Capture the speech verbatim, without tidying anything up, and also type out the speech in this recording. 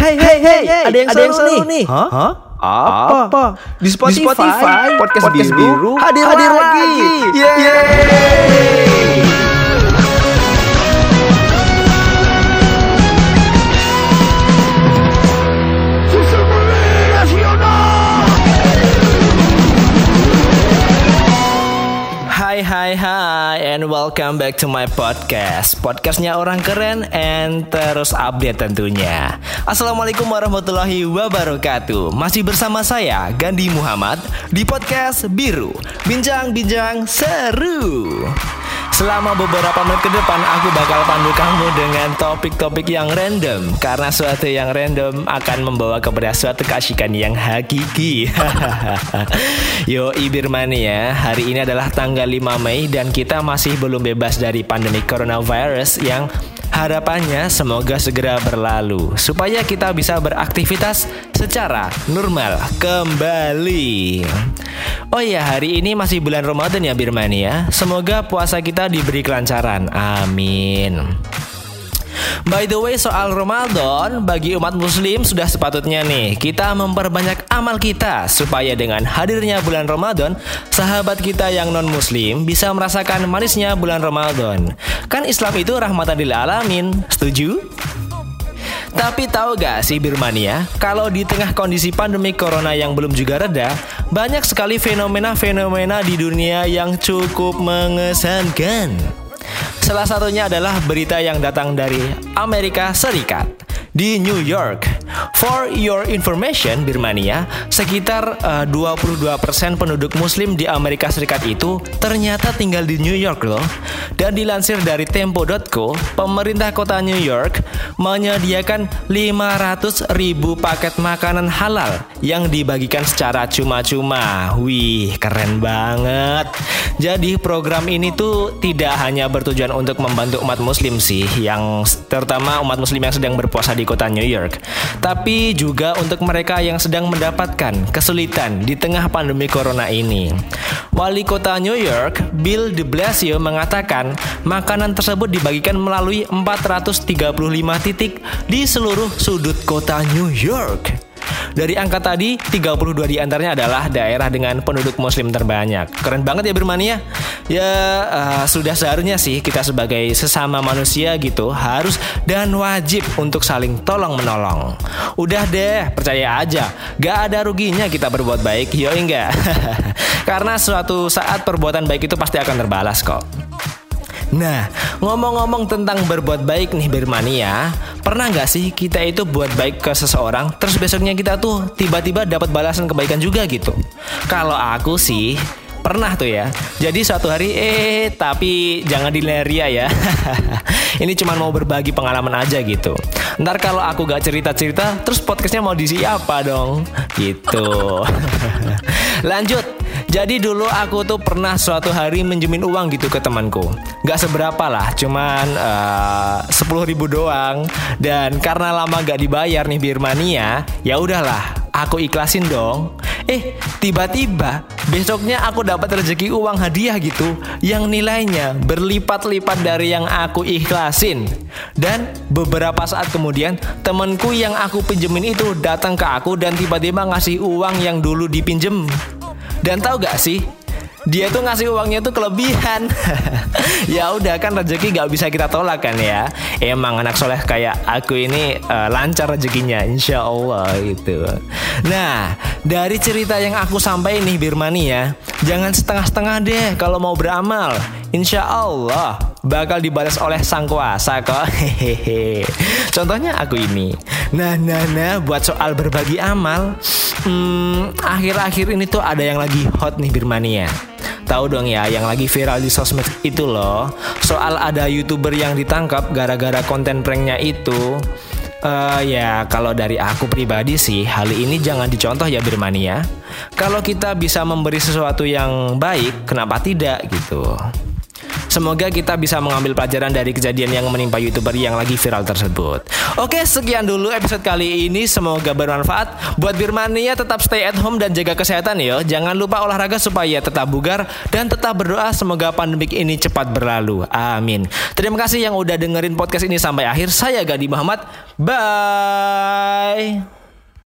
Hey, hey, hey, hey, ada yang, ada yang seru nih. Hah? Hah? Apa? Apa? Di Spotify, Di Spotify podcast, podcast biru, biru hadir, hadir lagi. lagi. Yeay. Yeay. Hai hai hai and welcome back to my podcast. Podcastnya orang keren and terus update tentunya. Assalamualaikum warahmatullahi wabarakatuh. Masih bersama saya Gandhi Muhammad di podcast Biru, bincang-bincang seru. Selama beberapa menit ke depan aku bakal pandu kamu dengan topik-topik yang random, karena suatu yang random akan membawa kepada suatu keasikan yang hakiki. Yo Ibirmania, hari ini adalah tanggal lima Mei dan kita masih belum bebas dari pandemi coronavirus yang harapannya semoga segera berlalu supaya kita bisa beraktivitas secara normal kembali. Oh ya, hari ini masih bulan Ramadan ya Birmania. Semoga puasa kita diberi kelancaran. Amin. By the way, soal Ramadan, bagi umat muslim sudah sepatutnya nih kita memperbanyak amal kita supaya dengan hadirnya bulan Ramadan, sahabat kita yang non muslim bisa merasakan manisnya bulan Ramadan. Kan Islam itu rahmatan lil alamin. Setuju? Tapi tahu gak sih Birmania, kalau di tengah kondisi pandemi corona yang belum juga reda, banyak sekali fenomena-fenomena di dunia yang cukup mengesankan. Salah satunya adalah berita yang datang dari Amerika Serikat, di New York. For your information, Birmania, sekitar uh, dua puluh dua persen penduduk muslim di Amerika Serikat itu ternyata tinggal di New York loh. Dan dilansir dari tempo dot co, pemerintah kota New York menyediakan lima ratus ribu paket makanan halal yang dibagikan secara cuma-cuma. Wih, keren banget. Jadi program ini tuh tidak hanya bertujuan untuk membantu umat muslim sih, yang terutama umat muslim yang sedang berpuasa di kota New York, tapi juga untuk mereka yang sedang mendapatkan kesulitan di tengah pandemi corona ini. Wali kota New York, Bill de Blasio, mengatakan makanan tersebut dibagikan melalui empat ratus tiga puluh lima titik di seluruh sudut kota New York. Dari angka tadi, tiga puluh dua diantaranya adalah daerah dengan penduduk muslim terbanyak. Keren banget ya Birmania. Ya uh, sudah seharusnya sih kita sebagai sesama manusia gitu harus dan wajib untuk saling tolong menolong. Udah deh, percaya aja, gak ada ruginya kita berbuat baik, yo enggak. Karena suatu saat perbuatan baik itu pasti akan terbalas kok. Nah, ngomong-ngomong tentang berbuat baik nih Birmania, pernah gak sih kita itu buat baik ke seseorang, terus besoknya kita tuh tiba-tiba dapat balasan kebaikan juga gitu? Kalau aku sih pernah tuh ya. Jadi suatu hari eh tapi jangan dileria ya. Ini cuma mau berbagi pengalaman aja gitu. Ntar kalau aku gak cerita-cerita, terus podcastnya mau diisi apa dong? Gitu. Lanjut. Jadi dulu aku tuh pernah suatu hari minjemin uang gitu ke temanku. Gak seberapa lah, cuman uh, sepuluh ribu doang. Dan karena lama gak dibayar nih Birmania, ya udahlah, aku ikhlasin dong. Eh, tiba-tiba besoknya aku dapat rezeki uang hadiah gitu yang nilainya berlipat-lipat dari yang aku ikhlasin. Dan beberapa saat kemudian temanku yang aku pinjemin itu datang ke aku dan tiba-tiba ngasih uang yang dulu dipinjem. Dan tahu gak sih, dia tuh ngasih uangnya tuh kelebihan. Ya udah, kan rezeki gak bisa kita tolak kan ya. Emang anak soleh kayak aku ini uh, lancar rezekinya, insya Allah gitu. Nah, dari cerita yang aku sampaikan nih Birmania, jangan setengah-setengah deh kalau mau beramal. Insya Allah bakal dibalas oleh sang kuasa kok. Hehehe. Contohnya aku ini. Nah, nah, nah, buat soal berbagi amal, hmm, akhir-akhir ini tuh ada yang lagi hot nih Birmania. Tahu dong ya, yang lagi viral di sosmed itu loh, soal ada YouTuber yang ditangkap gara-gara konten pranknya itu. Uh, ya kalau dari aku pribadi sih, hal ini jangan dicontoh ya Birmania. Kalau kita bisa memberi sesuatu yang baik, kenapa tidak gitu. Semoga kita bisa mengambil pelajaran dari kejadian yang menimpa YouTuber yang lagi viral tersebut. Oke, sekian dulu episode kali ini. Semoga bermanfaat. Buat Birmania, tetap stay at home dan jaga kesehatan ya. Jangan lupa olahraga supaya tetap bugar. Dan tetap berdoa semoga pandemik ini cepat berlalu. Amin. Terima kasih yang udah dengerin podcast ini sampai akhir. Saya Gandhi Muhammad. Bye. bye.